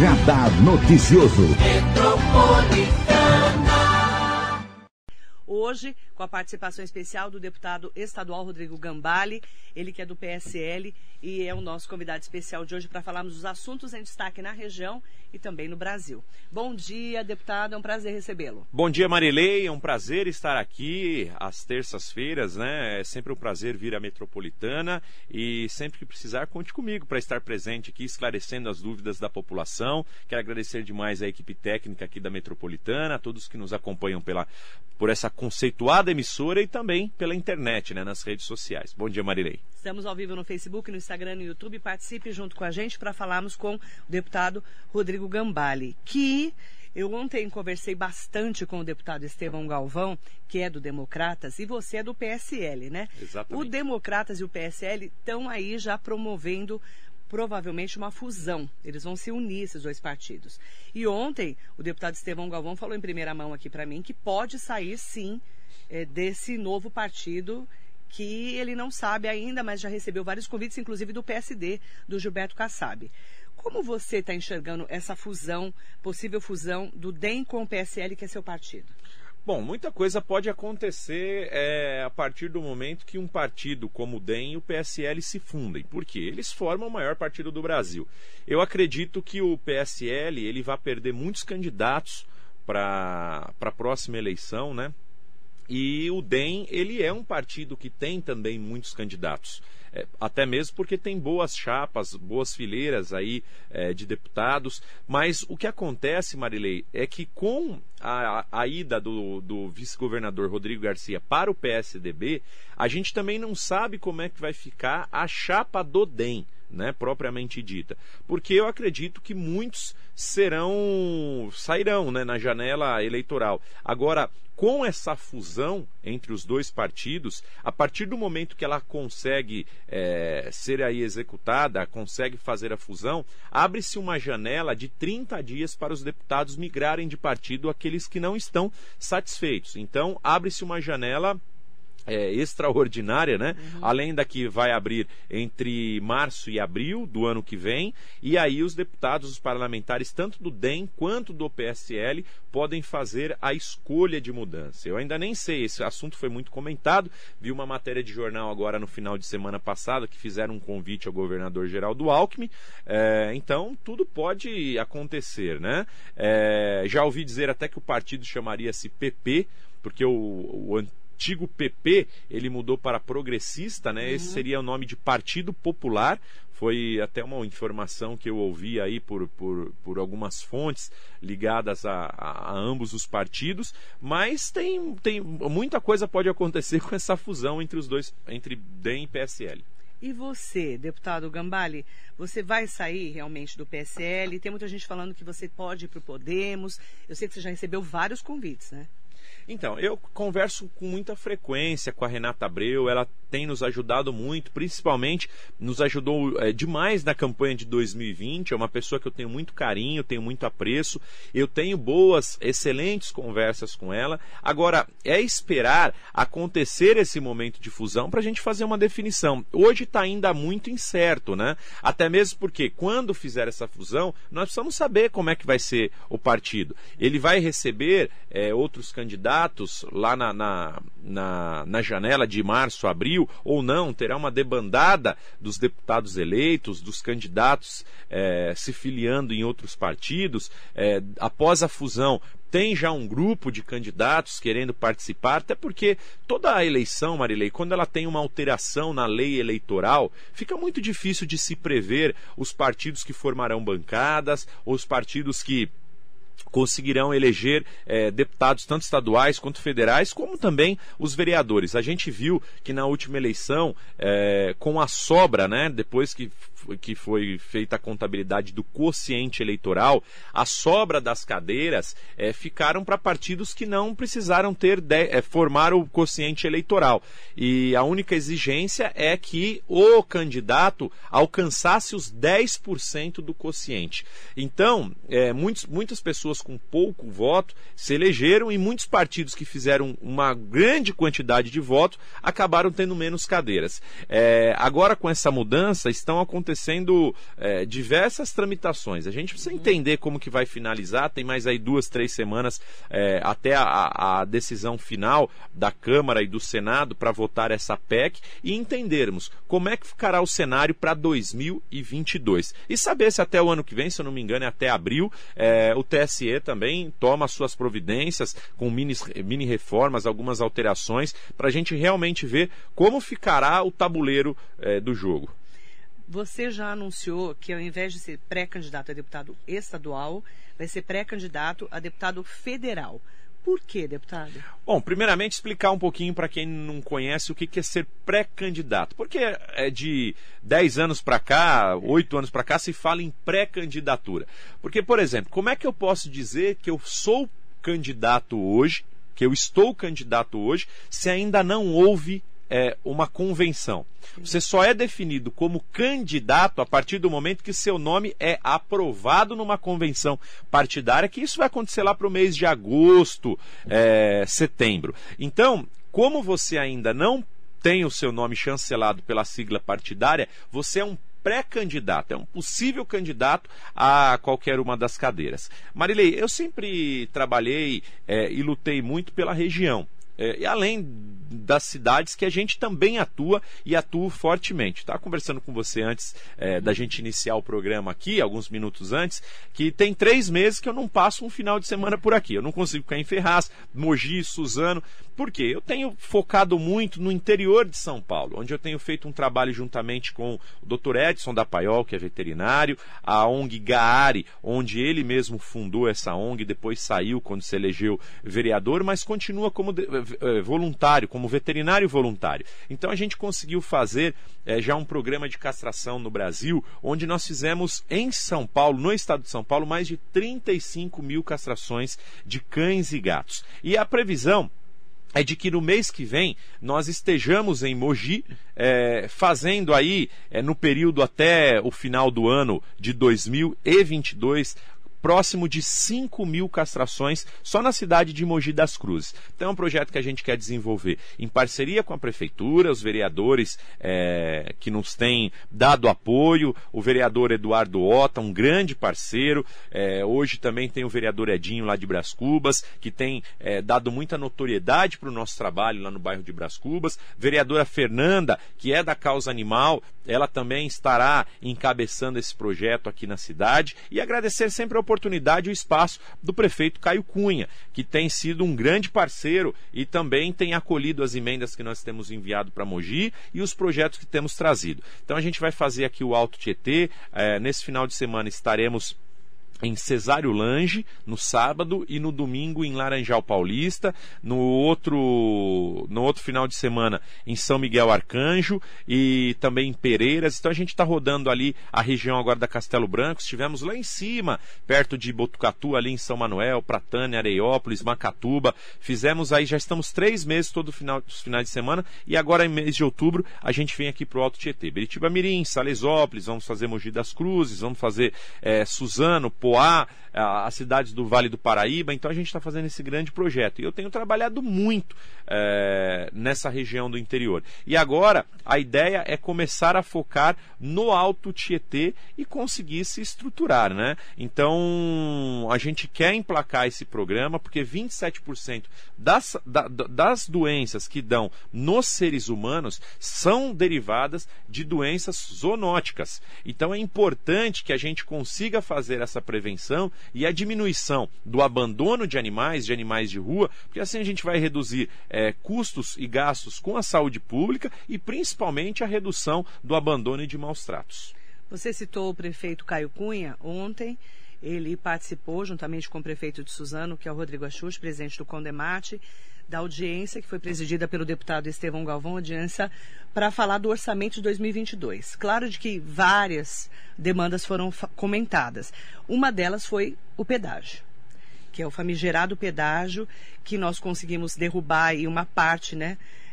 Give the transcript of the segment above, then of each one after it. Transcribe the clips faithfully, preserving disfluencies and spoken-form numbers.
Radar Noticioso. Hoje, com a participação especial do deputado estadual Rodrigo Gambale, ele que é do P S L e é o nosso convidado especial de hoje para falarmos dos assuntos em destaque na região e também no Brasil. Bom dia, deputado, é um prazer recebê-lo. Bom dia, Marilei, é um prazer estar aqui às terças-feiras, né? É sempre um prazer vir à Metropolitana e sempre que precisar, conte comigo para estar presente aqui, esclarecendo as dúvidas da população. Quero agradecer demais a equipe técnica aqui da Metropolitana, a todos que nos acompanham pela, por essa conceituada emissora e também pela internet, né, nas redes sociais. Bom dia, Marilei. Estamos ao vivo no Facebook, no Instagram e no YouTube. Participe junto com a gente para falarmos com o deputado Rodrigo Gambale, que eu ontem conversei bastante com o deputado Estevão Galvão, que é do Democratas, e você é do P S L, né? Exatamente. O Democratas e o P S L estão aí já promovendo provavelmente uma fusão. Eles vão se unir, esses dois partidos. E ontem, o deputado Estevão Galvão falou em primeira mão aqui para mim que pode sair, sim, é, desse novo partido que ele não sabe ainda, mas já recebeu vários convites, inclusive do P S D, do Gilberto Kassab. Como você está enxergando essa fusão, possível fusão do D E M com o P S L, que é seu partido? Bom, muita coisa pode acontecer é, a partir do momento que um partido como o D E M e o P S L se fundem. Por quê? Eles formam o maior partido do Brasil. Eu acredito que o P S L ele vai perder muitos candidatos para a próxima eleição, né? E o D E M ele é um partido que tem também muitos candidatos. É, até mesmo porque tem boas chapas, boas fileiras aí é, de deputados, mas o que acontece, Marilei, é que com a, a, a ida do, do vice-governador Rodrigo Garcia para o P S D B, a gente também não sabe como é que vai ficar a chapa do D E M, né, propriamente dita, porque eu acredito que muitos serão, sairão, né, na janela eleitoral. Agora, com essa fusão entre os dois partidos, a partir do momento que ela consegue é, ser aí executada, consegue fazer a fusão, abre-se uma janela de trinta dias para os deputados migrarem de partido aqueles que não estão satisfeitos. Então, abre-se uma janela É, extraordinária, né? Uhum. Além da que vai abrir entre março e abril do ano que vem, e aí os deputados, os parlamentares, tanto do D E M quanto do P S L, podem fazer a escolha de mudança. Eu ainda nem sei, esse assunto foi muito comentado, vi uma matéria de jornal agora no final de semana passada que fizeram um convite ao governador Geraldo Alckmin, é, então tudo pode acontecer, né? É, já ouvi dizer até que o partido chamaria-se P P, porque o, o antigo P P, ele mudou para progressista, né? Uhum. Esse seria o nome de Partido Popular. Foi até uma informação que eu ouvi aí por, por, por algumas fontes ligadas a, a, a ambos os partidos, mas tem, tem muita coisa pode acontecer com essa fusão entre os dois, entre D E M e P S L. E você, deputado Gambale, você vai sair realmente do P S L? Tem muita gente falando que você pode ir para o Podemos. Eu sei que você já recebeu vários convites, né? Então, eu converso com muita frequência com a Renata Abreu, ela tem nos ajudado muito, principalmente nos ajudou é, demais na campanha de dois mil e vinte, é uma pessoa que eu tenho muito carinho, tenho muito apreço, eu tenho boas, excelentes conversas com ela. Agora, é esperar acontecer esse momento de fusão para a gente fazer uma definição. Hoje está ainda muito incerto, né? Até mesmo porque quando fizer essa fusão, nós precisamos saber como é que vai ser o partido. Ele vai receber é, outros candidatos lá na, na, na, na janela de março, abril, ou não, terá uma debandada dos deputados eleitos, dos candidatos é, se filiando em outros partidos. É, após a fusão, tem já um grupo de candidatos querendo participar, até porque toda a eleição, Marilei, quando ela tem uma alteração na lei eleitoral, fica muito difícil de se prever os partidos que formarão bancadas, ou os partidos que conseguirão eleger é, deputados tanto estaduais quanto federais, como também os vereadores. A gente viu que na última eleição, é, com a sobra, né, depois que, que foi feita a contabilidade do quociente eleitoral, a sobra das cadeiras é, ficaram para partidos que não precisaram ter de, é, formar o quociente eleitoral. E a única exigência é que o candidato alcançasse os dez por cento do quociente. Então, é, muitos, muitas pessoas pessoas com pouco voto se elegeram e muitos partidos que fizeram uma grande quantidade de votos acabaram tendo menos cadeiras. É, agora, com essa mudança, estão acontecendo é, diversas tramitações. A gente precisa entender como que vai finalizar, tem mais aí duas, três semanas é, até a, a decisão final da Câmara e do Senado para votar essa P E C e entendermos como é que ficará o cenário para dois mil e vinte e dois. E saber se até o ano que vem, se eu não me engano, é até abril, é, o T S E também toma suas providências com mini, mini reformas, algumas alterações, para a gente realmente ver como ficará o tabuleiro é, do jogo. Você já anunciou que, ao invés de ser pré-candidato a deputado estadual, vai ser pré-candidato a deputado federal. Por quê, deputado? Bom, primeiramente explicar um pouquinho para quem não conhece o que é ser pré-candidato. Porque é de dez anos para cá, oito anos para cá, se fala em pré-candidatura. Porque, por exemplo, como é que eu posso dizer que eu sou candidato hoje, que eu estou candidato hoje, se ainda não houve É, uma convenção? Você só é definido como candidato a partir do momento que seu nome é aprovado numa convenção partidária, que isso vai acontecer lá para o mês de agosto, é, setembro. Então, como você ainda não tem o seu nome chancelado pela sigla partidária, você é um pré-candidato, é um possível candidato a qualquer uma das cadeiras. Marilei, eu sempre trabalhei é, e lutei muito pela região. É, e além das cidades que a gente também atua e atua fortemente. Estava conversando com você antes é, da gente iniciar o programa aqui, alguns minutos antes, que tem três meses que eu não passo um final de semana por aqui. Eu não consigo ficar em Ferraz, Mogi, Suzano. Por quê? Eu tenho focado muito no interior de São Paulo, onde eu tenho feito um trabalho juntamente com o doutor Edson da Paiol, que é veterinário, a ONG Gaari, onde ele mesmo fundou essa ONG, depois saiu quando se elegeu vereador, mas continua como de, voluntário, como veterinário voluntário. Então a gente conseguiu fazer é, já um programa de castração no Brasil, onde nós fizemos em São Paulo, no estado de São Paulo, mais de trinta e cinco mil castrações de cães e gatos. E a previsão é de que no mês que vem nós estejamos em Mogi, é, fazendo aí, é, no período até o final do ano de dois mil e vinte e dois, próximo de cinco mil castrações só na cidade de Mogi das Cruzes. Então é um projeto que a gente quer desenvolver em parceria com a prefeitura, os vereadores é, que nos têm dado apoio, o vereador Eduardo Ota, um grande parceiro, é, hoje também tem o vereador Edinho lá de Brás Cubas, que tem é, dado muita notoriedade para o nosso trabalho lá no bairro de Brás Cubas, vereadora Fernanda, que é da causa animal, ela também estará encabeçando esse projeto aqui na cidade, e agradecer sempre a oportunidade e o espaço do prefeito Caio Cunha, que tem sido um grande parceiro e também tem acolhido as emendas que nós temos enviado para Mogi e os projetos que temos trazido. Então a gente vai fazer aqui o Alto Tietê, é, nesse final de semana estaremos em Cesário Lange, no sábado, e no domingo em Laranjal Paulista, no outro, no outro final de semana em São Miguel Arcanjo e também em Pereiras. Então a gente está rodando ali a região agora da Castelo Branco, estivemos lá em cima, perto de Botucatu, ali em São Manuel, Pratânia, Areiópolis, Macatuba, fizemos aí, já estamos três meses todo final, os finais de semana, e agora em mês de outubro a gente vem aqui para o Alto Tietê, Beritiba Mirim, Salesópolis, vamos fazer Mogi das Cruzes, vamos fazer é, Suzano, Poá, as cidades do Vale do Paraíba. Então a gente está fazendo esse grande projeto. E eu tenho trabalhado muito é, nessa região do interior. E agora a ideia é começar a focar no Alto Tietê e conseguir se estruturar, né? Então a gente quer emplacar esse programa porque vinte e sete por cento das, da, das doenças que dão nos seres humanos são derivadas de doenças zoonóticas. Então é importante que a gente consiga fazer essa prevenção e a diminuição do abandono de animais, de animais de rua, porque assim a gente vai reduzir é, custos e gastos com a saúde pública e principalmente a redução do abandono e de maus tratos. Você citou o prefeito Caio Cunha ontem. Ele participou, juntamente com o prefeito de Suzano, que é o Rodrigo Axux, presidente do Condemate, da audiência que foi presidida pelo deputado Estevão Galvão, audiência para falar do orçamento de dois mil e vinte e dois. Claro de que várias demandas foram comentadas. Uma delas foi o pedágio, que é o famigerado pedágio que nós conseguimos derrubar aí uma parte, né,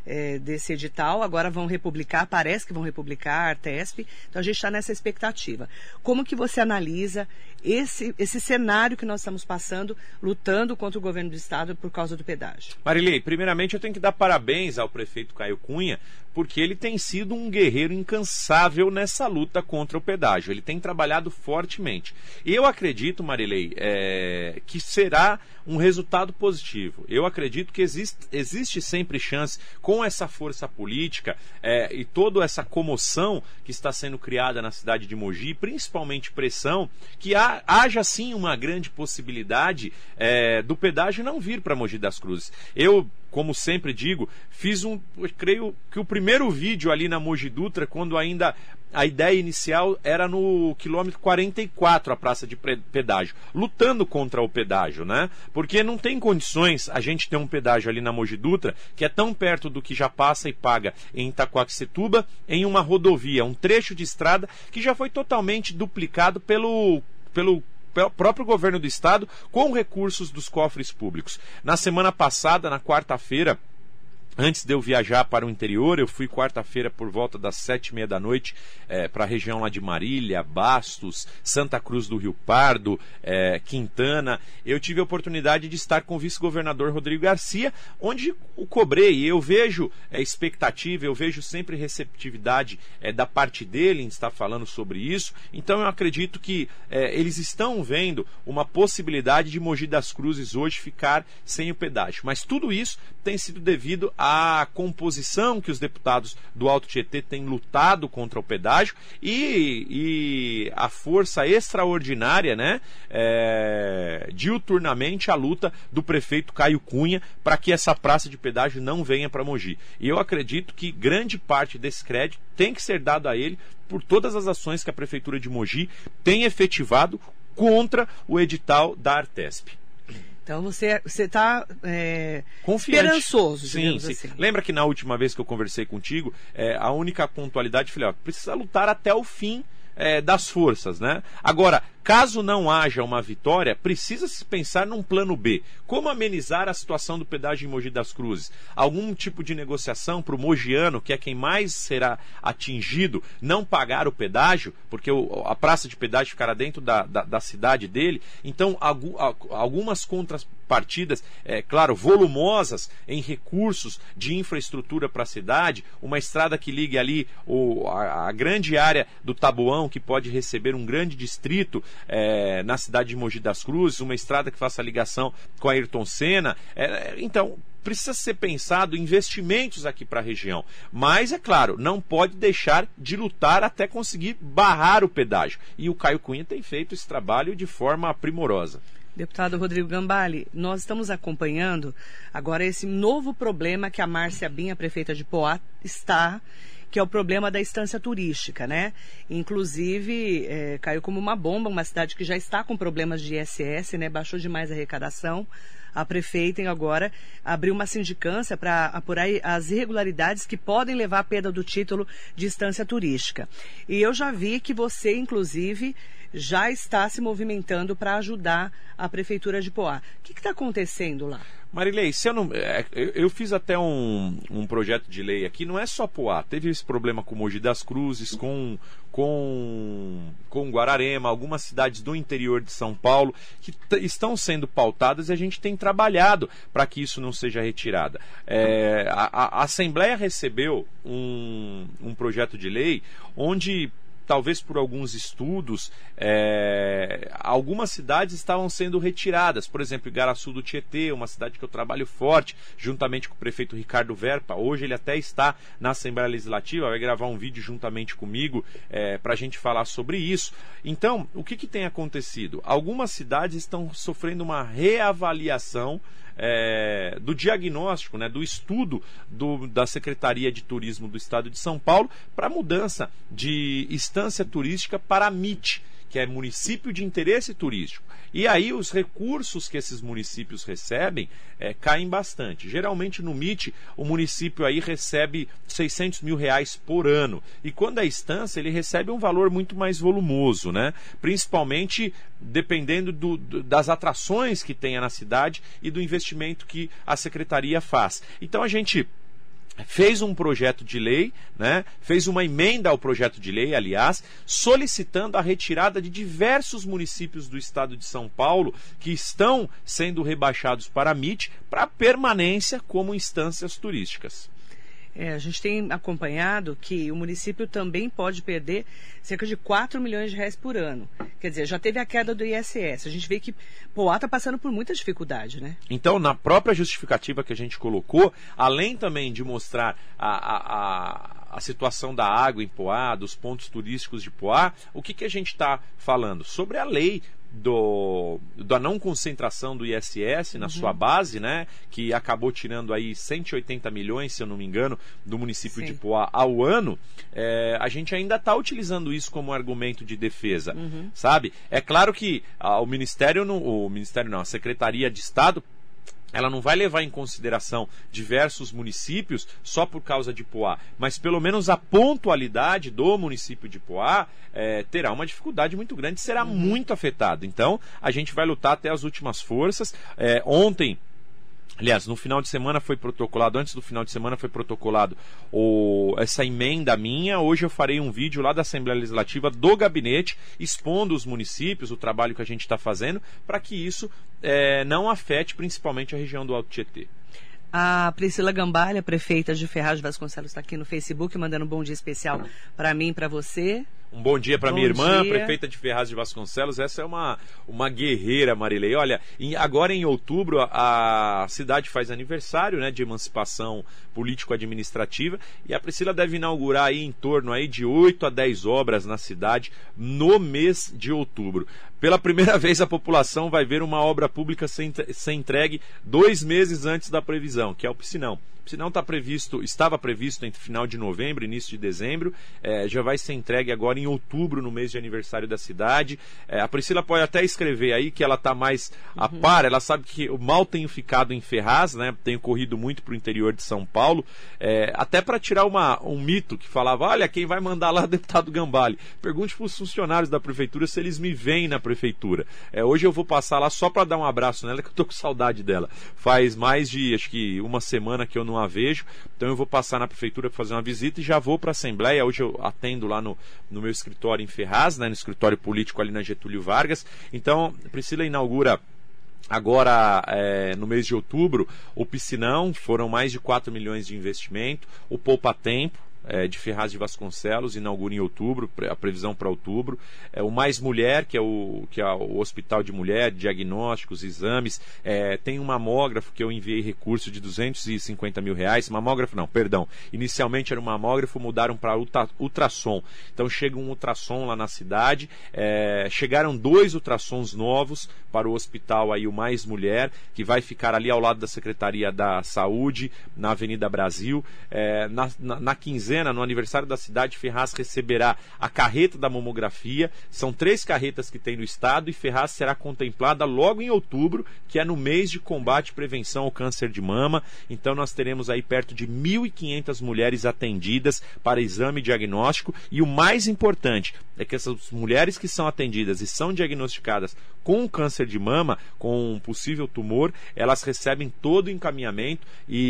é, desse edital, agora vão republicar, parece que vão republicar a Artesp, então a gente está nessa expectativa. Como que você analisa esse, esse cenário que nós estamos passando, lutando contra o governo do estado por causa do pedágio? Marilei, primeiramente eu tenho que dar parabéns ao prefeito Caio Cunha, porque ele tem sido um guerreiro incansável nessa luta contra o pedágio. Ele tem trabalhado fortemente. E eu acredito, Marilei, é, que será um resultado positivo. Eu acredito que existe, existe sempre chance, com essa força política é, e toda essa comoção que está sendo criada na cidade de Mogi, principalmente pressão, que há, haja sim uma grande possibilidade é, do pedágio não vir para Mogi das Cruzes. Eu, como sempre digo, fiz um, eu creio que o primeiro vídeo ali na Mogi Dutra, quando ainda a ideia inicial era no quilômetro quarenta e quatro, a praça de pedágio, lutando contra o pedágio, né? Porque não tem condições a gente ter um pedágio ali na Mogi Dutra, que é tão perto do que já passa e paga em Itaquaquecetuba, em uma rodovia, um trecho de estrada que já foi totalmente duplicado pelo, pelo próprio governo do estado com recursos dos cofres públicos. Na semana passada, na quarta-feira, antes de eu viajar para o interior, eu fui quarta-feira por volta das sete e meia da noite é, para a região lá de Marília, Bastos, Santa Cruz do Rio Pardo, é, Quintana. Eu tive a oportunidade de estar com o vice-governador Rodrigo Garcia, onde o cobrei. Eu vejo é, expectativa, eu vejo sempre receptividade é, da parte dele em estar falando sobre isso. Então eu acredito que é, eles estão vendo uma possibilidade de Mogi das Cruzes hoje ficar sem o pedágio. Mas tudo isso tem sido devido a composição que os deputados do Alto Tietê têm lutado contra o pedágio e, e a força extraordinária, né, é, diuturnamente a luta do prefeito Caio Cunha para que essa praça de pedágio não venha para Mogi. E eu acredito que grande parte desse crédito tem que ser dado a ele por todas as ações que a Prefeitura de Mogi tem efetivado contra o edital da Artesp. Então você está é, esperançoso, sim, sim. Assim. Lembra que na última vez que eu conversei contigo, é, a única pontualidade, falei, ó, precisa lutar até o fim é, das forças, né? Agora, caso não haja uma vitória, precisa se pensar num plano B. Como amenizar a situação do pedágio em Mogi das Cruzes? Algum tipo de negociação para o mogiano, que é quem mais será atingido, não pagar o pedágio, porque o, a praça de pedágio ficará dentro da, da, da cidade dele. Então, algum, algumas contrapartidas, é, claro, volumosas em recursos de infraestrutura para a cidade, uma estrada que ligue ali o, a, a grande área do Taboão, que pode receber um grande distrito, É, na cidade de Mogi das Cruzes, uma estrada que faça ligação com a Ayrton Senna. É, então, precisa ser pensado investimentos aqui para a região. Mas, é claro, não pode deixar de lutar até conseguir barrar o pedágio. E o Caio Cunha tem feito esse trabalho de forma primorosa. Deputado Rodrigo Gambale, nós estamos acompanhando agora esse novo problema que a Márcia Binha, prefeita de Poá, está, que é o problema da estância turística, né? Inclusive, é, caiu como uma bomba, uma cidade que já está com problemas de I S S, né? Baixou demais a arrecadação. A prefeita agora abriu uma sindicância para apurar as irregularidades que podem levar à perda do título de estância turística. E eu já vi que você, inclusive, já está se movimentando para ajudar a Prefeitura de Poá. O que está acontecendo lá? Marilei, se eu, não, é, eu, eu fiz até um, um projeto de lei aqui, não é só Poá, teve esse problema com Mogi das Cruzes, com, com, com Guararema, algumas cidades do interior de São Paulo que estão sendo pautadas e a gente tem trabalhado para que isso não seja retirado. É, a, a Assembleia recebeu um, um projeto de lei onde, talvez por alguns estudos, é, algumas cidades estavam sendo retiradas. Por exemplo, Igaraçu do Tietê, uma cidade que eu trabalho forte, juntamente com o prefeito Ricardo Verpa. Hoje ele até está na Assembleia Legislativa, vai gravar um vídeo juntamente comigo é, para a gente falar sobre isso. Então, o que, que tem acontecido? Algumas cidades estão sofrendo uma reavaliação É, do diagnóstico, né, do estudo do, da Secretaria de Turismo do Estado de São Paulo para mudança de estância turística para M I T, que é município de interesse turístico. E aí os recursos que esses municípios recebem é, caem bastante. Geralmente no M I T o município aí recebe seiscentos mil reais por ano. E quando é estância ele recebe um valor muito mais volumoso, né? Principalmente dependendo do, do, das atrações que tenha na cidade e do investimento que a secretaria faz. Então a gente fez um projeto de lei, né, fez uma emenda ao projeto de lei, aliás, solicitando a retirada de diversos municípios do estado de São Paulo que estão sendo rebaixados para a M I T para permanência como instâncias turísticas. É, a gente tem acompanhado que o município também pode perder cerca de quatro milhões de reais por ano. Quer dizer, já teve a queda do I S S. A gente vê que Poá está passando por muita dificuldade, né? Então, na própria justificativa que a gente colocou, além também de mostrar a, a, a, a situação da água em Poá, dos pontos turísticos de Poá, o que, que a gente está falando? Sobre a lei Do, da não concentração do I S S na uhum. sua base, né, que acabou tirando aí cento e oitenta milhões, se eu não me engano, do município Sim. de Poá ao ano, é, a gente ainda está utilizando isso como argumento de defesa, uhum. sabe? É claro que ah, o Ministério, não, o Ministério não, a Secretaria de Estado, ela não vai levar em consideração diversos municípios só por causa de Poá, mas pelo menos a pontualidade do município de Poá é, terá uma dificuldade muito grande, será uhum. muito afetado. Então, a gente vai lutar até as últimas forças. É, ontem, aliás, no final de semana foi protocolado, antes do final de semana foi protocolado o, essa emenda minha. Hoje eu farei um vídeo lá da Assembleia Legislativa do gabinete, expondo os municípios, o trabalho que a gente está fazendo, para que isso é, não afete principalmente a região do Alto Tietê. A Priscila Gambalha, prefeita de Ferraz de Vasconcelos, está aqui no Facebook, mandando um bom dia especial para mim e para você. Um bom dia para minha irmã, dia. prefeita de Ferraz de Vasconcelos. Essa é uma, uma guerreira, Marilei. Olha, em, agora em outubro a, a cidade faz aniversário, né, de emancipação político-administrativa, e a Priscila deve inaugurar aí em torno aí de oito a dez obras na cidade no mês de outubro. Pela primeira vez a população vai ver uma obra pública ser, ser entregue dois meses antes da previsão, que é o Piscinão. O Piscinão tá previsto, estava previsto entre final de novembro e início de dezembro, é, já vai ser entregue agora em outubro, no mês de aniversário da cidade. É, a Priscila pode até escrever aí que ela está mais a uhum. par, ela sabe que eu mal tenho ficado em Ferraz, né? Tenho corrido muito para o interior de São Paulo, é, até para tirar uma, um mito que falava, olha, quem vai mandar lá é o deputado Gambale. Pergunte para os funcionários da prefeitura se eles me veem na prefeitura. É, hoje eu vou passar lá só para dar um abraço nela, que eu tô com saudade dela. Faz mais de, acho que uma semana que eu não a vejo, então eu vou passar na prefeitura para fazer uma visita e já vou para a Assembleia. Hoje eu atendo lá no, no meu escritório em Ferraz, né, no escritório político ali na Getúlio Vargas. Então, Priscila inaugura agora, é, no mês de outubro, o Piscinão. Foram mais de quatro milhões de investimento. O Poupa Tempo, É, de Ferraz de Vasconcelos, inaugura em outubro, a previsão para outubro. É, o Mais Mulher, que é o, que é o hospital de mulher, diagnósticos, exames, é, tem um mamógrafo que eu enviei recurso de duzentos e cinquenta mil reais. Mamógrafo não, perdão. Inicialmente era um mamógrafo, mudaram para ultra, ultrassom. Então chega um ultrassom lá na cidade. É, chegaram dois ultrassons novos para o hospital aí, o Mais Mulher, que vai ficar ali ao lado da Secretaria da Saúde, na Avenida Brasil. É, na, na, na quinzena, no aniversário da cidade, Ferraz receberá a carreta da mamografia. São três carretas que tem no estado e Ferraz será contemplada logo em outubro, que é no mês de combate e prevenção ao câncer de mama. Então nós teremos aí perto de mil e quinhentas mulheres atendidas para exame diagnóstico, e o mais importante é que essas mulheres que são atendidas e são diagnosticadas com câncer de mama, com um possível tumor, elas recebem todo o encaminhamento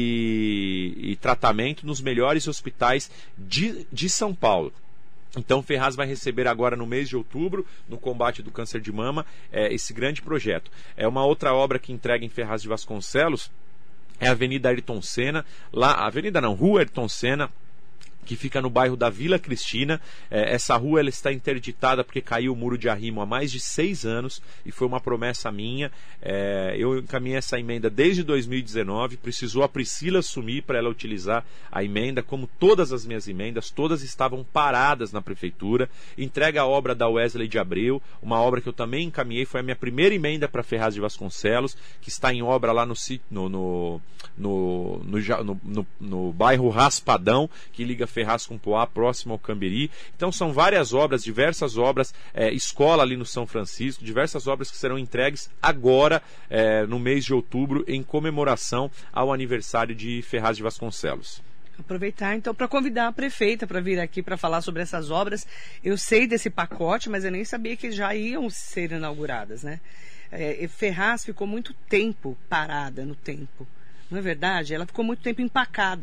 e, e tratamento nos melhores hospitais De, de São Paulo. Então Ferraz vai receber agora no mês de outubro, no combate do câncer de mama, é, esse grande projeto. É uma outra obra que entrega em Ferraz de Vasconcelos, é a Avenida Ayrton Senna, lá, Avenida não, Rua Ayrton Senna, que fica no bairro da Vila Cristina. É, essa rua ela está interditada porque caiu o muro de arrimo há mais de seis anos e foi uma promessa minha. É, eu encaminhei essa emenda desde dois mil e dezenove, precisou a Priscila assumir para ela utilizar a emenda, como todas as minhas emendas, todas estavam paradas na prefeitura. Entrega a obra da Wesley de Abreu, uma obra que eu também encaminhei, foi a minha primeira emenda para Ferraz de Vasconcelos, que está em obra lá no, no, no, no, no, no, no bairro Raspadão, que liga Ferraz com Poá, próximo ao Camberi. Então são várias obras, diversas obras, é, escola ali no São Francisco, diversas obras que serão entregues agora, é, no mês de outubro, em comemoração ao aniversário de Ferraz de Vasconcelos. Aproveitar então para convidar a prefeita para vir aqui para falar sobre essas obras. Eu sei desse pacote, mas eu nem sabia que já iam ser inauguradas, né? É, Ferraz ficou muito tempo parada no tempo, não é verdade? Ela ficou muito tempo empacada.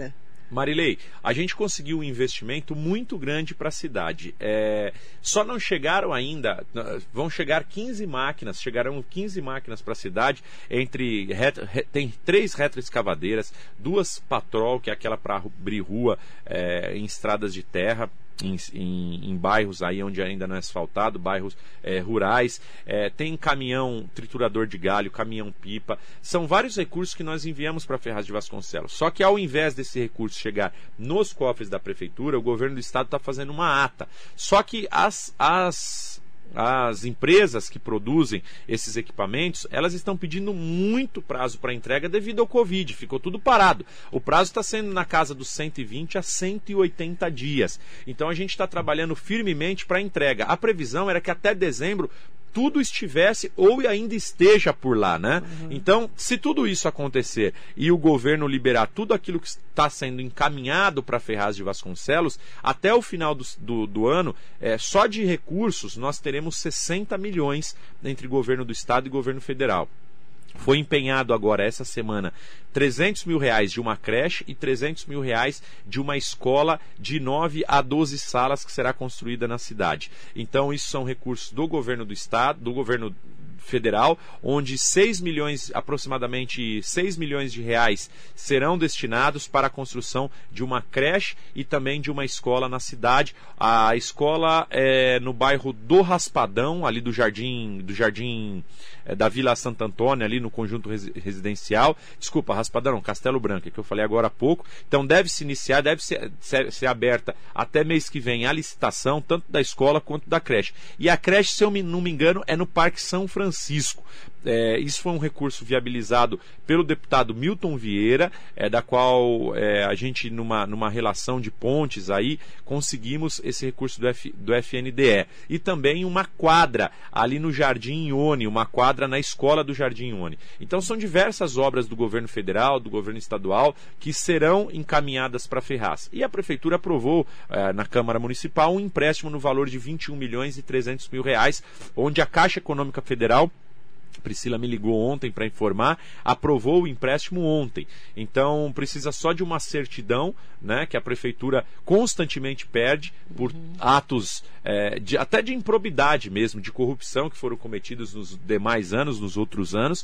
Marilei, a gente conseguiu um investimento muito grande para a cidade. É, só não chegaram ainda, vão chegar quinze máquinas, chegarão quinze máquinas para a cidade, entre retro, tem três retroescavadeiras, duas patrol, que é aquela para abrir rua é, em estradas de terra, Em, em, em bairros aí onde ainda não é asfaltado, bairros é, rurais, é, tem caminhão triturador de galho, caminhão pipa, são vários recursos que nós enviamos para Ferraz de Vasconcelos. Só que ao invés desse recurso chegar nos cofres da prefeitura, o governo do estado está fazendo uma ata. Só que as, as as empresas que produzem esses equipamentos, elas estão pedindo muito prazo para entrega devido ao Covid, ficou tudo parado. O prazo está sendo na casa dos cento e vinte a cento e oitenta dias. Então a gente está trabalhando firmemente para a entrega. A previsão era que até dezembro tudo estivesse ou ainda esteja por lá, né? Uhum. Então, se tudo isso acontecer e o governo liberar tudo aquilo que está sendo encaminhado para Ferraz de Vasconcelos, até o final do, do, do ano, é, só de recursos, nós teremos sessenta milhões entre governo do estado e governo federal. Foi empenhado agora, essa semana, trezentos mil reais de uma creche e trezentos mil reais de uma escola de nove a doze salas que será construída na cidade. Então, isso são recursos do governo do estado, do governo federal, onde seis milhões, aproximadamente seis milhões de reais serão destinados para a construção de uma creche e também de uma escola na cidade. A escola é no bairro do Raspadão, ali do Jardim, do Jardim é, da Vila Santo Antônio, ali no conjunto res, residencial. Desculpa, Raspadão não, Castelo Branco, que eu falei agora há pouco. Então deve se iniciar, deve ser, ser, ser aberta até mês que vem a licitação, tanto da escola quanto da creche. E a creche, se eu não me engano, é no Parque São Francisco. Francisco. É, isso foi um recurso viabilizado pelo deputado Milton Vieira, é, da qual é, a gente, numa, numa relação de pontes aí, conseguimos esse recurso do, F, do F N D E. E também uma quadra ali no Jardim Ione, uma quadra na escola do Jardim Ione. Então são diversas obras do governo federal, do governo estadual, que serão encaminhadas para Ferraz. E a prefeitura aprovou é, na Câmara Municipal um empréstimo no valor de vinte e um milhões e trezentos mil reais, onde a Caixa Econômica Federal, Priscila me ligou ontem para informar, aprovou o empréstimo ontem. Então precisa só de uma certidão, né, que a prefeitura constantemente perde por uhum. atos é, de, até de improbidade mesmo, de corrupção que foram cometidos nos demais anos, nos outros anos,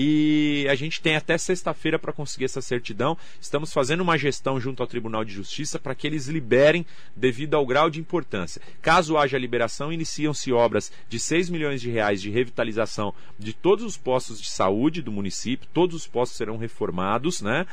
e a gente tem até sexta-feira para conseguir essa certidão. Estamos fazendo uma gestão junto ao Tribunal de Justiça para que eles liberem devido ao grau de importância. Caso haja liberação, iniciam-se obras de seis milhões de reais de revitalização de todos os postos de saúde do município. Todos os postos serão reformados, né?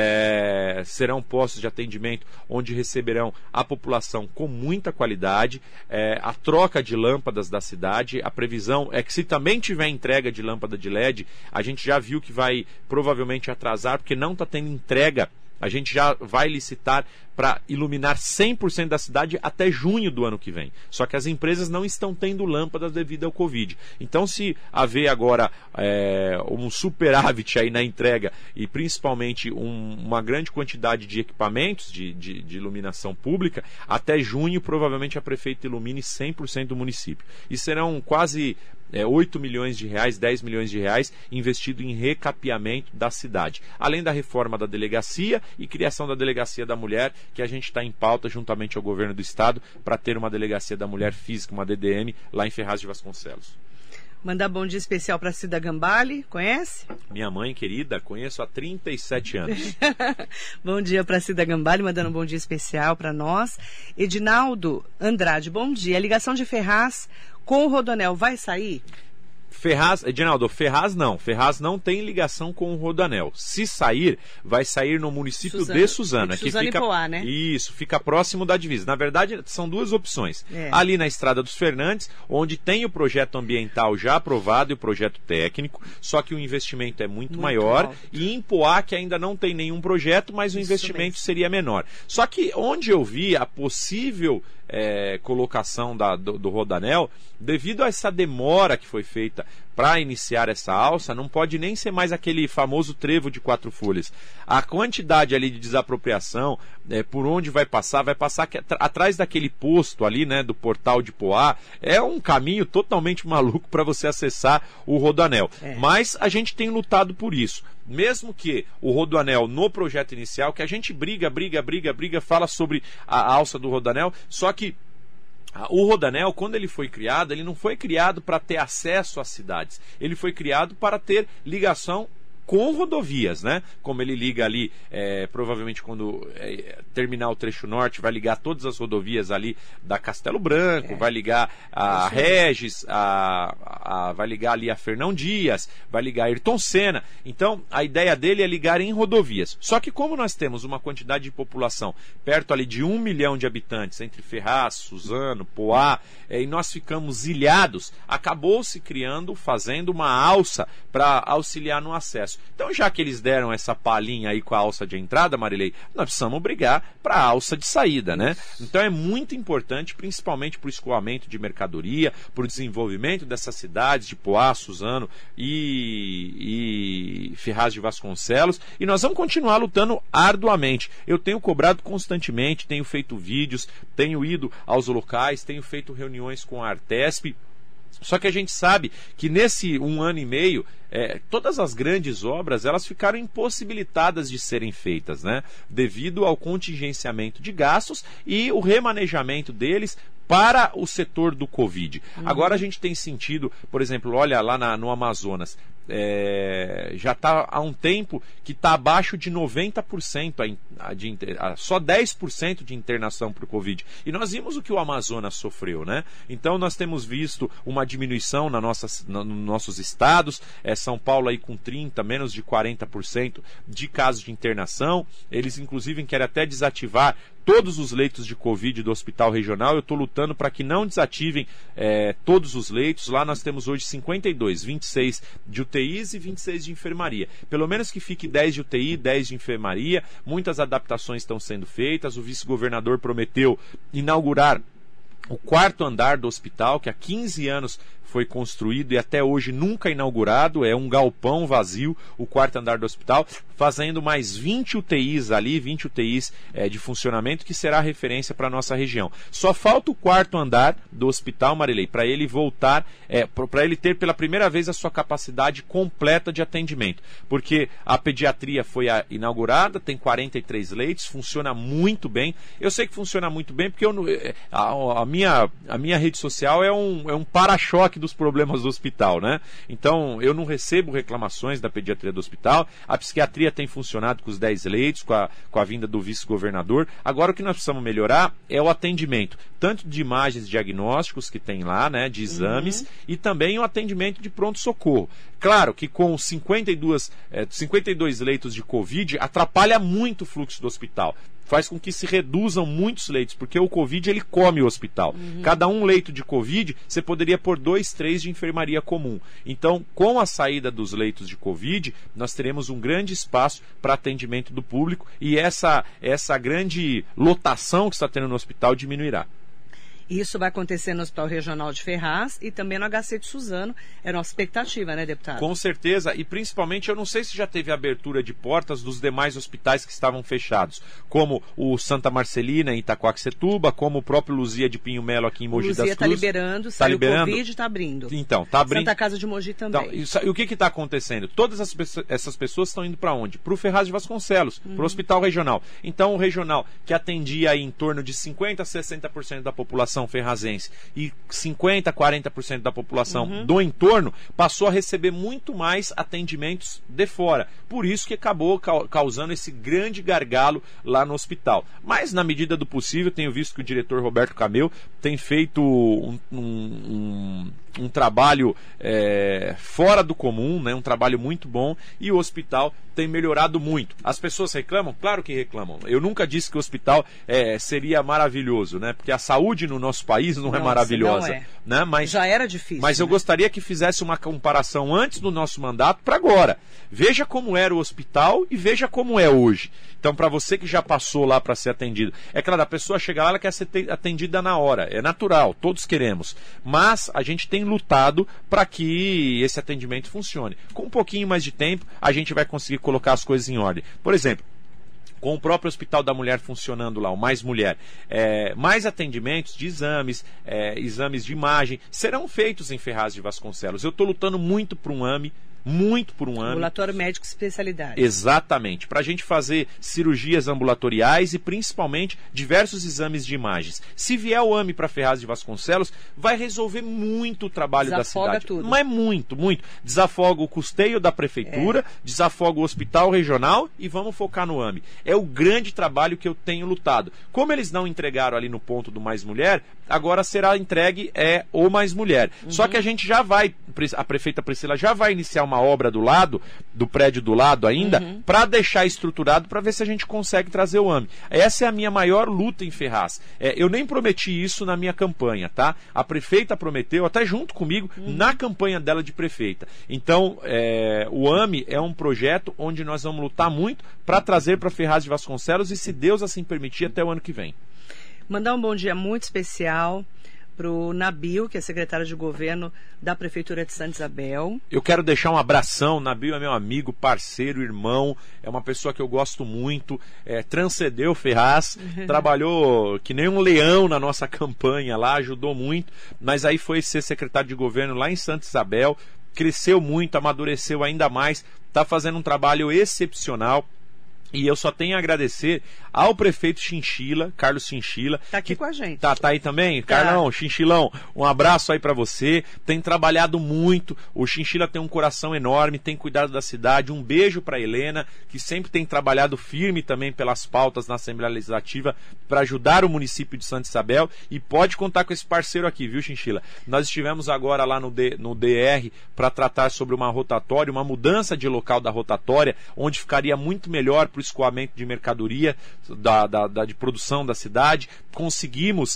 É, serão postos de atendimento onde receberão a população com muita qualidade, é, a troca de lâmpadas da cidade. A previsão é que, se também tiver entrega de lâmpada de L E D, a gente já viu que vai provavelmente atrasar, porque não está tendo entrega. A gente já vai licitar para iluminar cem por cento da cidade até junho do ano que vem. Só que as empresas não estão tendo lâmpadas devido ao Covid. Então, se haver agora é, um superávit aí na entrega e principalmente um, uma grande quantidade de equipamentos de, de, de iluminação pública, até junho provavelmente a prefeita ilumine cem por cento do município. E serão quase É, oito milhões de reais, dez milhões de reais investido em recapeamento da cidade. Além da reforma da delegacia e criação da delegacia da mulher, que a gente está em pauta juntamente ao governo do estado para ter uma delegacia da mulher física, uma D D M, lá em Ferraz de Vasconcelos. Mandar bom dia especial para Cida Gambale, conhece? Minha mãe querida, conheço há trinta e sete anos. Bom dia para Cida Gambale, mandando um bom dia especial para nós. Edinaldo Andrade, bom dia. A ligação de Ferraz com o Rodoanel vai sair? Ferraz, Edinaldo, Ferraz não. Ferraz não tem ligação com o Rodoanel. Se sair, vai sair no município Suzano, de Suzano. Suzano que fica, e Poá, né? Isso, fica próximo da divisa. Na verdade, são duas opções. É. Ali na Estrada dos Fernandes, onde tem o projeto ambiental já aprovado e o projeto técnico, só que o investimento é muito, muito maior. Alto. E em Poá, que ainda não tem nenhum projeto, mas o Isso investimento mesmo. seria menor. Só que onde eu vi a possível É, colocação da, do, do Rodoanel, devido a essa demora que foi feita para iniciar essa alça não pode nem ser mais aquele famoso trevo de quatro folhas. A quantidade ali de desapropriação, é, por onde vai passar, vai passar que, atrás daquele posto ali, né, do portal de Poá, é um caminho totalmente maluco para você acessar o Rodoanel. É. Mas a gente tem lutado por isso. Mesmo que o Rodoanel, no projeto inicial, que a gente briga, briga, briga, briga, fala sobre a alça do Rodoanel, só que o Rodoanel, quando ele foi criado, ele não foi criado para ter acesso às cidades. Ele foi criado para ter ligação com rodovias, né? Como ele liga ali, é, provavelmente quando é, terminar o trecho norte, vai ligar todas as rodovias ali da Castelo Branco, é. vai ligar a Regis, a, a, vai ligar ali a Fernão Dias, vai ligar a Ayrton Senna. Então, a ideia dele é ligar em rodovias. Só que como nós temos uma quantidade de população perto ali de um milhão de habitantes, entre Ferraz, Suzano, Poá, é, e nós ficamos ilhados, acabou se criando, fazendo uma alça para auxiliar no acesso. Então, já que eles deram essa palhinha aí com a alça de entrada, Marilei, nós precisamos brigar para a alça de saída, né? Então é muito importante, principalmente para o escoamento de mercadoria, para o desenvolvimento dessas cidades de Poá, Suzano e, e Ferraz de Vasconcelos, e nós vamos continuar lutando arduamente. Eu tenho cobrado constantemente, tenho feito vídeos, tenho ido aos locais, tenho feito reuniões com a Artesp. Só que a gente sabe que nesse um ano e meio, é, todas as grandes obras elas ficaram impossibilitadas de serem feitas, né? Devido ao contingenciamento de gastos e o remanejamento deles para o setor do Covid. Uhum. Agora a gente tem sentido, por exemplo, olha lá na, no Amazonas, é, já está há um tempo que está abaixo de noventa por cento, a, a de, a, só dez por cento de internação para o Covid. E nós vimos o que o Amazonas sofreu, né? Então nós temos visto uma diminuição na nossas, na, nos nossos estados, é, São Paulo aí com trinta por cento, menos de quarenta por cento de casos de internação. Eles inclusive querem até desativar todos os leitos de Covid do hospital regional. Eu estou lutando para que não desativem é, todos os leitos. Lá nós temos hoje cinquenta e dois, vinte e seis de U T Is e vinte e seis de enfermaria. Pelo menos que fique dez de U T I, dez de enfermaria. Muitas adaptações estão sendo feitas. O vice-governador prometeu inaugurar o quarto andar do hospital, que há quinze anos foi construído e até hoje nunca inaugurado. É um galpão vazio, o quarto andar do hospital, fazendo mais vinte U T Is ali, vinte U T Is é, de funcionamento, que será referência para a nossa região. Só falta o quarto andar do hospital, Marilei, para ele voltar, é, para ele ter pela primeira vez a sua capacidade completa de atendimento. Porque a pediatria foi a, inaugurada, tem quarenta e três leitos, funciona muito bem. Eu sei que funciona muito bem porque eu, a, a, minha, a minha rede social é um, é um para-choque dos problemas do hospital, né? Então, eu não recebo reclamações da pediatria do hospital. A psiquiatria tem funcionado com os dez leitos, com a, com a vinda do vice-governador. Agora, o que nós precisamos melhorar é o atendimento, tanto de imagens diagnósticos que tem lá, né, de exames, uhum. e também o atendimento de pronto-socorro. Claro que com cinquenta e dois, é, cinquenta e dois leitos de Covid, atrapalha muito o fluxo do hospital. Faz com que se reduzam muitos leitos, porque o Covid ele come o hospital. Uhum. Cada um leito de Covid, você poderia pôr dois, três de enfermaria comum. Então, com a saída dos leitos de Covid, nós teremos um grande espaço para atendimento do público e essa, essa grande lotação que está tendo no hospital diminuirá. Isso vai acontecer no Hospital Regional de Ferraz e também no H C de Suzano. É a nossa expectativa, né, deputado? Com certeza, e principalmente, eu não sei se já teve abertura de portas dos demais hospitais que estavam fechados, como o Santa Marcelina em Itacoaxetuba, como o próprio Luzia de Pinho Melo aqui em Mogi das Cruzes. Luzia está liberando, tá saiu liberando. o Covid, está abrindo. Então, está abrindo. Santa Casa de Mogi também. Então, isso, e o que está acontecendo? Todas as, essas pessoas estão indo para onde? Para o Ferraz de Vasconcelos, uhum. para o Hospital Regional. Então, o Regional, que atendia aí em torno de cinquenta a sessenta por cento da população ferrazense, e cinquenta, quarenta por cento da população uhum. do entorno, passou a receber muito mais atendimentos de fora. Por isso que acabou ca- causando esse grande gargalo lá no hospital. Mas, na medida do possível, tenho visto que o diretor Roberto Cameu tem feito um, um, um, um trabalho é, fora do comum, né? Um trabalho muito bom, e o hospital tem melhorado muito. As pessoas reclamam? Claro que reclamam. Eu nunca disse que o hospital é, seria maravilhoso, né? Porque a saúde no nosso país não, não é maravilhosa. Não é. Né? Mas, já era difícil. Mas né? eu gostaria que fizesse uma comparação antes do nosso mandato para agora. Veja como era o hospital e veja como é hoje. Então, para você que já passou lá para ser atendido, é claro, a pessoa chega lá, ela quer ser atendida na hora. É natural, todos queremos. Mas a gente tem tem lutado para que esse atendimento funcione. Com um pouquinho mais de tempo, a gente vai conseguir colocar as coisas em ordem. Por exemplo, com o próprio Hospital da Mulher funcionando lá, o Mais Mulher, é, mais atendimentos de exames, é, exames de imagem, serão feitos em Ferraz de Vasconcelos. Eu estou lutando muito por um AME, muito por um AME. Ambulatório médico especialidade. Exatamente, para a gente fazer cirurgias ambulatoriais e principalmente diversos exames de imagens. Se vier o AME para Ferraz de Vasconcelos, vai resolver muito o trabalho Desafoga da cidade. tudo. Mas muito, muito. Desafoga o custeio da prefeitura, é. desafoga o hospital regional e vamos focar no AME. É o grande trabalho que eu tenho lutado. Como eles não entregaram ali no ponto do Mais Mulher, agora será entregue é, o Mais Mulher. Uhum. Só que a gente já vai, a prefeita Priscila já vai iniciar uma obra do lado, do prédio do lado ainda, uhum. para deixar estruturado, para ver se a gente consegue trazer o AME. Essa é a minha maior luta em Ferraz. É, eu nem prometi isso na minha campanha, tá? A prefeita prometeu, até junto comigo, uhum. na campanha dela de prefeita. Então, é, o AME é um projeto onde nós vamos lutar muito para trazer para Ferraz de Vasconcelos e, se Deus assim permitir, até o ano que vem. Mandar um bom dia muito especial para o Nabil, que é secretário de governo da Prefeitura de Santa Isabel. Eu quero deixar um abração. Nabil é meu amigo, parceiro, irmão, é uma pessoa que eu gosto muito, é, transcendeu Ferraz, uhum. trabalhou que nem um leão na nossa campanha lá, ajudou muito, mas aí foi ser secretário de governo lá em Santa Isabel, cresceu muito, amadureceu ainda mais, está fazendo um trabalho excepcional. E eu só tenho a agradecer ao prefeito Chinchila, Carlos Chinchila. Tá aqui com a gente. Tá, tá aí também? Tá. Carlão, Chinchilão, um abraço aí pra você. Tem trabalhado muito. O Chinchila tem um coração enorme, tem cuidado da cidade. Um beijo pra Helena, que sempre tem trabalhado firme também pelas pautas na Assembleia Legislativa para ajudar o município de Santa Isabel. E pode contar com esse parceiro aqui, viu, Chinchila? Nós estivemos agora lá no, D, no D R para tratar sobre uma rotatória, uma mudança de local da rotatória, onde ficaria muito melhor pro escoamento de mercadoria da, da, da, de produção da cidade. Conseguimos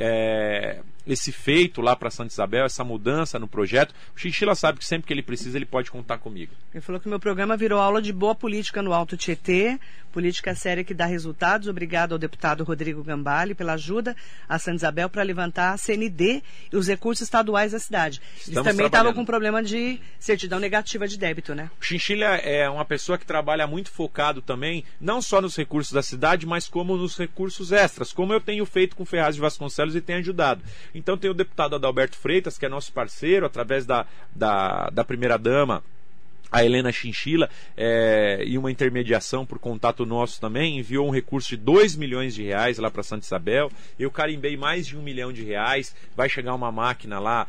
é, esse feito lá para Santa Isabel, essa mudança no projeto. O Chinchila sabe que sempre que ele precisa, ele pode contar comigo. Ele falou que meu programa virou aula de boa política no Alto Tietê, política séria que dá resultados. Obrigado ao deputado Rodrigo Gambale pela ajuda a Santa Isabel para levantar a C N D e os recursos estaduais da cidade. Estamos Eles também estavam com problema de certidão negativa de débito, né? O Chinchila é uma pessoa que trabalha muito focado também, não só nos recursos da cidade, mas como nos recursos extras, como eu tenho feito com Ferraz de Vasconcelos e tenho ajudado. Então tem o deputado Adalberto Freitas, que é nosso parceiro, através da, da, da primeira-dama, a Helena Chinchila, é, e uma intermediação por contato nosso também, enviou um recurso de dois milhões de reais lá para Santa Isabel. Eu carimbei mais de um milhão de reais. Vai chegar uma máquina lá,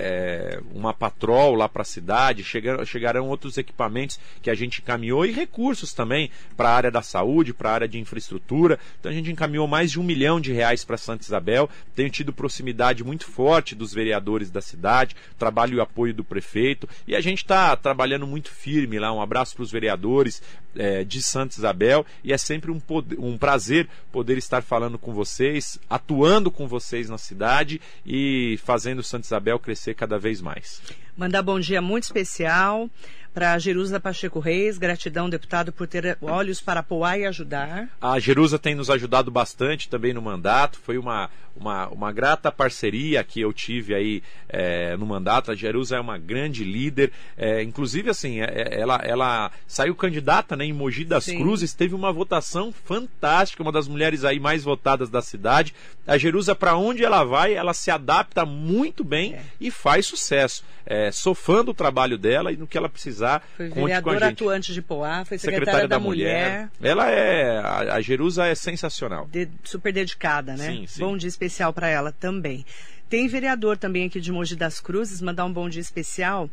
é, uma patrol lá para a cidade, chegar, chegarão outros equipamentos que a gente encaminhou e recursos também para a área da saúde, para a área de infraestrutura. Então a gente encaminhou mais de um milhão de reais para Santa Isabel. Tenho tido proximidade muito forte dos vereadores da cidade, trabalho e apoio do prefeito, e a gente está trabalhando muito muito firme lá. Um abraço para os vereadores é, de Santa Isabel, e é sempre um, poder, um prazer poder estar falando com vocês, atuando com vocês na cidade e fazendo Santa Isabel crescer cada vez mais. Mandar bom dia muito especial para Jerusa Pacheco Reis. Gratidão, deputado, por ter olhos para apoiar e ajudar. A Jerusa tem nos ajudado bastante também no mandato. Foi uma, uma, uma grata parceria que eu tive aí é, no mandato. A Jerusa é uma grande líder. É, inclusive, assim, é, ela, ela saiu candidata, né, em Mogi das Sim. Cruzes. Teve uma votação fantástica, uma das mulheres aí mais votadas da cidade. A Jerusa, para onde ela vai, ela se adapta muito bem é. e faz sucesso. É, sou fã do trabalho dela e no que ela precisar. Foi vereadora atuante de Poá, foi secretária, secretária da, da mulher. mulher. Ela é, a, a Jerusa é sensacional. De, super dedicada, né? Sim, sim. Bom dia especial para ela também. Tem vereador também aqui de Mogi das Cruzes, mandar um bom dia especial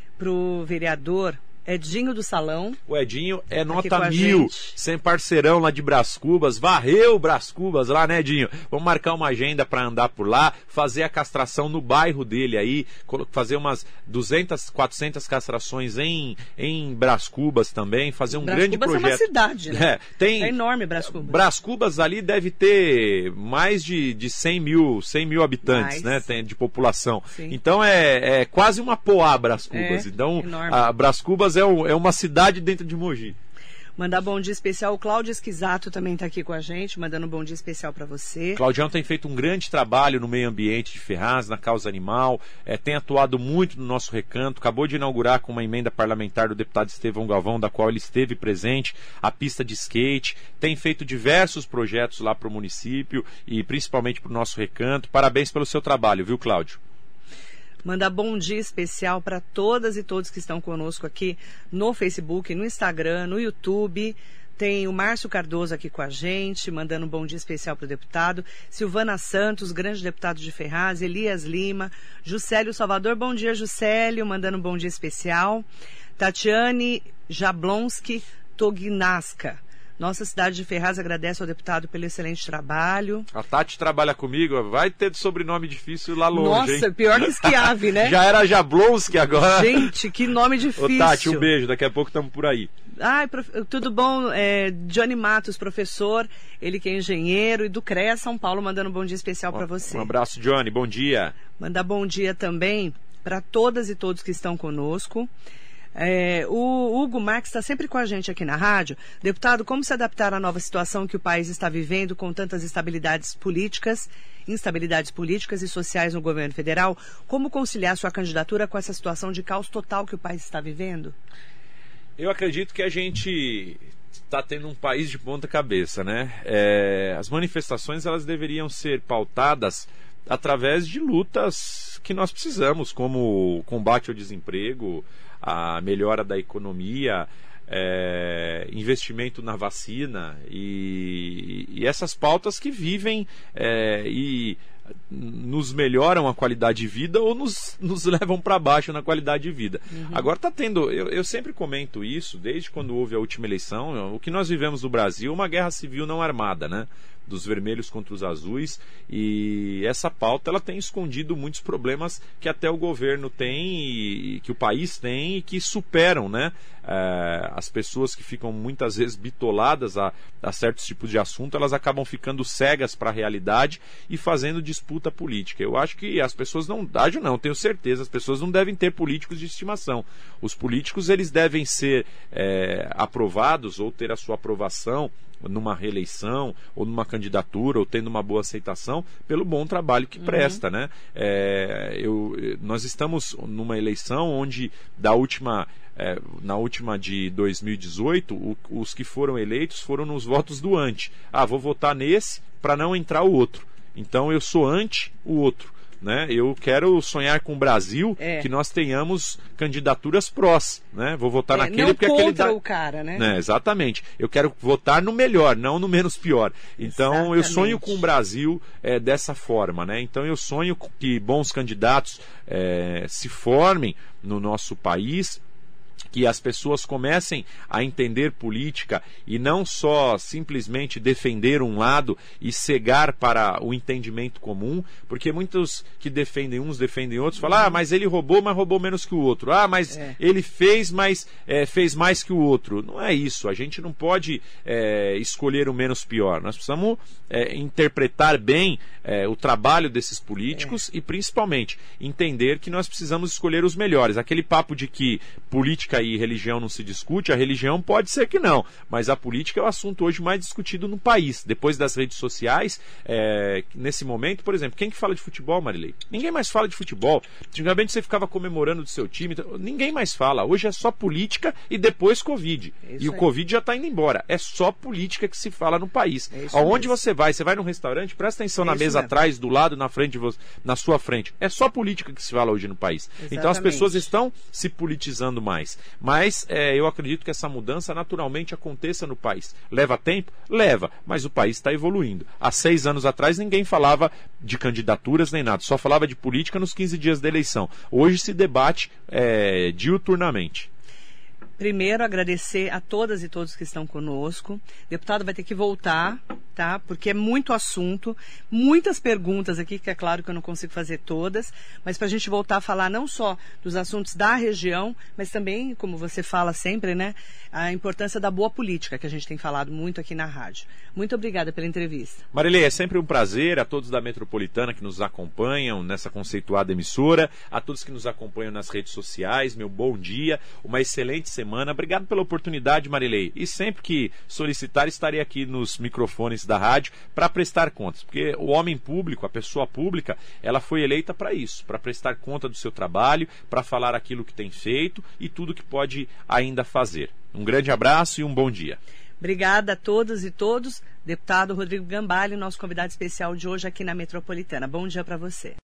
pro vereador Edinho do Salão. O Edinho é nota mil, sem parceirão lá de Brás Cubas, varreu Brás Cubas lá, né, Edinho? Vamos marcar uma agenda para andar por lá, fazer a castração no bairro dele aí, fazer umas duzentas, quatrocentas castrações em, em Brás Cubas também, fazer um Brás grande Cubas projeto. É uma cidade, né? É, tem, é enorme Brás Cubas. Brás Cubas ali deve ter mais de, de cem mil habitantes, mais. né, tem, de população. Sim. Então é, é quase uma Poá Brás Cubas. É, então, enorme. a Brás Cubas É, um, é uma cidade dentro de Mogi. Mandar bom dia especial. O Cláudio Esquisato também está aqui com a gente, mandando um bom dia especial para você. Claudião tem feito um grande trabalho no meio ambiente de Ferraz, na causa animal, é, tem atuado muito no nosso recanto, acabou de inaugurar com uma emenda parlamentar do deputado Estevão Galvão, da qual ele esteve presente, a pista de skate, tem feito diversos projetos lá para o município e principalmente para o nosso recanto. Parabéns pelo seu trabalho, viu, Cláudio? Mandar bom dia especial para todas e todos que estão conosco aqui no Facebook, no Instagram, no YouTube. Tem o Márcio Cardoso aqui com a gente, mandando um bom dia especial para o deputado. Silvana Santos, grande deputado de Ferraz. Elias Lima. Juscelio Salvador, bom dia, Juscelio, mandando um bom dia especial. Tatiane Jablonski Tognasca. Nossa cidade de Ferraz agradece ao deputado pelo excelente trabalho. A Tati trabalha comigo, vai ter de sobrenome difícil lá longe. Nossa, hein? pior que Schiave, né? Já era Jablonski agora. Gente, que nome difícil. Ô Tati, um beijo, daqui a pouco estamos por aí. Ai, prof... tudo bom? É, Johnny Matos, professor, ele que é engenheiro e do C R E A São Paulo, mandando um bom dia especial para você. Um abraço, Johnny, bom dia. Mandar bom dia também para todas e todos que estão conosco. É, o Hugo Marques está sempre com a gente aqui na rádio. Deputado, como se adaptar à nova situação que o país está vivendo com tantas instabilidades políticas, instabilidades políticas e sociais no governo federal? Como conciliar sua candidatura com essa situação de caos total que o país está vivendo? Eu acredito que a gente está tendo um país de ponta cabeça, né? É, as manifestações elas deveriam ser pautadas através de lutas que nós precisamos, como o combate ao desemprego, a melhora da economia, é, investimento na vacina e, e essas pautas que vivem é, e nos melhoram a qualidade de vida ou nos, nos levam para baixo na qualidade de vida. Uhum. Agora está tendo, eu, eu sempre comento isso, desde quando houve a última eleição, o que nós vivemos no Brasil, uma guerra civil não armada, né? Dos vermelhos contra os azuis, e essa pauta ela tem escondido muitos problemas que até o governo tem e que o país tem e que superam, né, é, as pessoas que ficam muitas vezes bitoladas a, a certos tipos de assunto, elas acabam ficando cegas para a realidade e fazendo disputa política. Eu acho que as pessoas não, acho não, tenho certeza, as pessoas não devem ter políticos de estimação. Os políticos eles devem ser é, aprovados ou ter a sua aprovação numa reeleição ou numa candidatura ou tendo uma boa aceitação pelo bom trabalho que presta, uhum. né? É, eu, nós estamos numa eleição onde da última, é, na última de dois mil e dezoito o, os que foram eleitos foram nos votos do anti. Ah, vou votar nesse para não entrar o outro. Então eu sou anti o outro. Né? Eu quero sonhar com o Brasil é. que nós tenhamos candidaturas prós, né? Vou votar é, naquele não porque contra aquele dá... o cara, né? né? Exatamente. Eu quero votar no melhor, não no menos pior. Então Exatamente. Eu sonho com o Brasil é, dessa forma, né? Então eu sonho que bons candidatos é, se formem no nosso país, que as pessoas comecem a entender política e não só simplesmente defender um lado e cegar para o entendimento comum, porque muitos que defendem uns, defendem outros, falam, ah, mas ele roubou, mas roubou menos que o outro. Ah, mas é. ele fez, mas é, fez mais que o outro. Não é isso, a gente não pode é, escolher o menos pior. Nós precisamos é, interpretar bem é, o trabalho desses políticos é. e principalmente entender que nós precisamos escolher os melhores. Aquele papo de que política e religião não se discute, a religião pode ser que não, mas a política é o assunto hoje mais discutido no país. Depois das redes sociais, é, nesse momento, por exemplo, quem que fala de futebol, Marilei? Ninguém mais fala de futebol. Antigamente você ficava comemorando do seu time, ninguém mais fala. Hoje é só política e depois Covid. É e o Covid já está indo embora. É só política que se fala no país. É Aonde mesmo. Você vai? Você vai num restaurante, presta atenção é na mesa mesmo. Atrás, do lado, na frente de você, na sua frente. É só política que se fala hoje no país. Exatamente. Então as pessoas estão se politizando mais. Mas é, eu acredito que essa mudança naturalmente aconteça no país. Leva tempo? Leva, mas o país está evoluindo. Há seis anos atrás ninguém falava de candidaturas nem nada, só falava de política nos quinze dias da eleição. Hoje se debate é, diuturnamente. Primeiro, agradecer a todas e todos que estão conosco. O deputado vai ter que voltar, tá? Porque é muito assunto, muitas perguntas aqui, que é claro que eu não consigo fazer todas, mas para a gente voltar a falar não só dos assuntos da região, mas também, como você fala sempre, né? A importância da boa política, que a gente tem falado muito aqui na rádio. Muito obrigada pela entrevista. Marilei, é sempre um prazer. A todos da Metropolitana que nos acompanham nessa conceituada emissora, a todos que nos acompanham nas redes sociais, meu bom dia, uma excelente semana. semana. Obrigado pela oportunidade, Marilei. E sempre que solicitar, estarei aqui nos microfones da rádio para prestar contas. Porque o homem público, a pessoa pública, ela foi eleita para isso, para prestar conta do seu trabalho, para falar aquilo que tem feito e tudo que pode ainda fazer. Um grande abraço e um bom dia. Obrigada a todas e todos. Deputado Rodrigo Gambale, nosso convidado especial de hoje aqui na Metropolitana. Bom dia para você.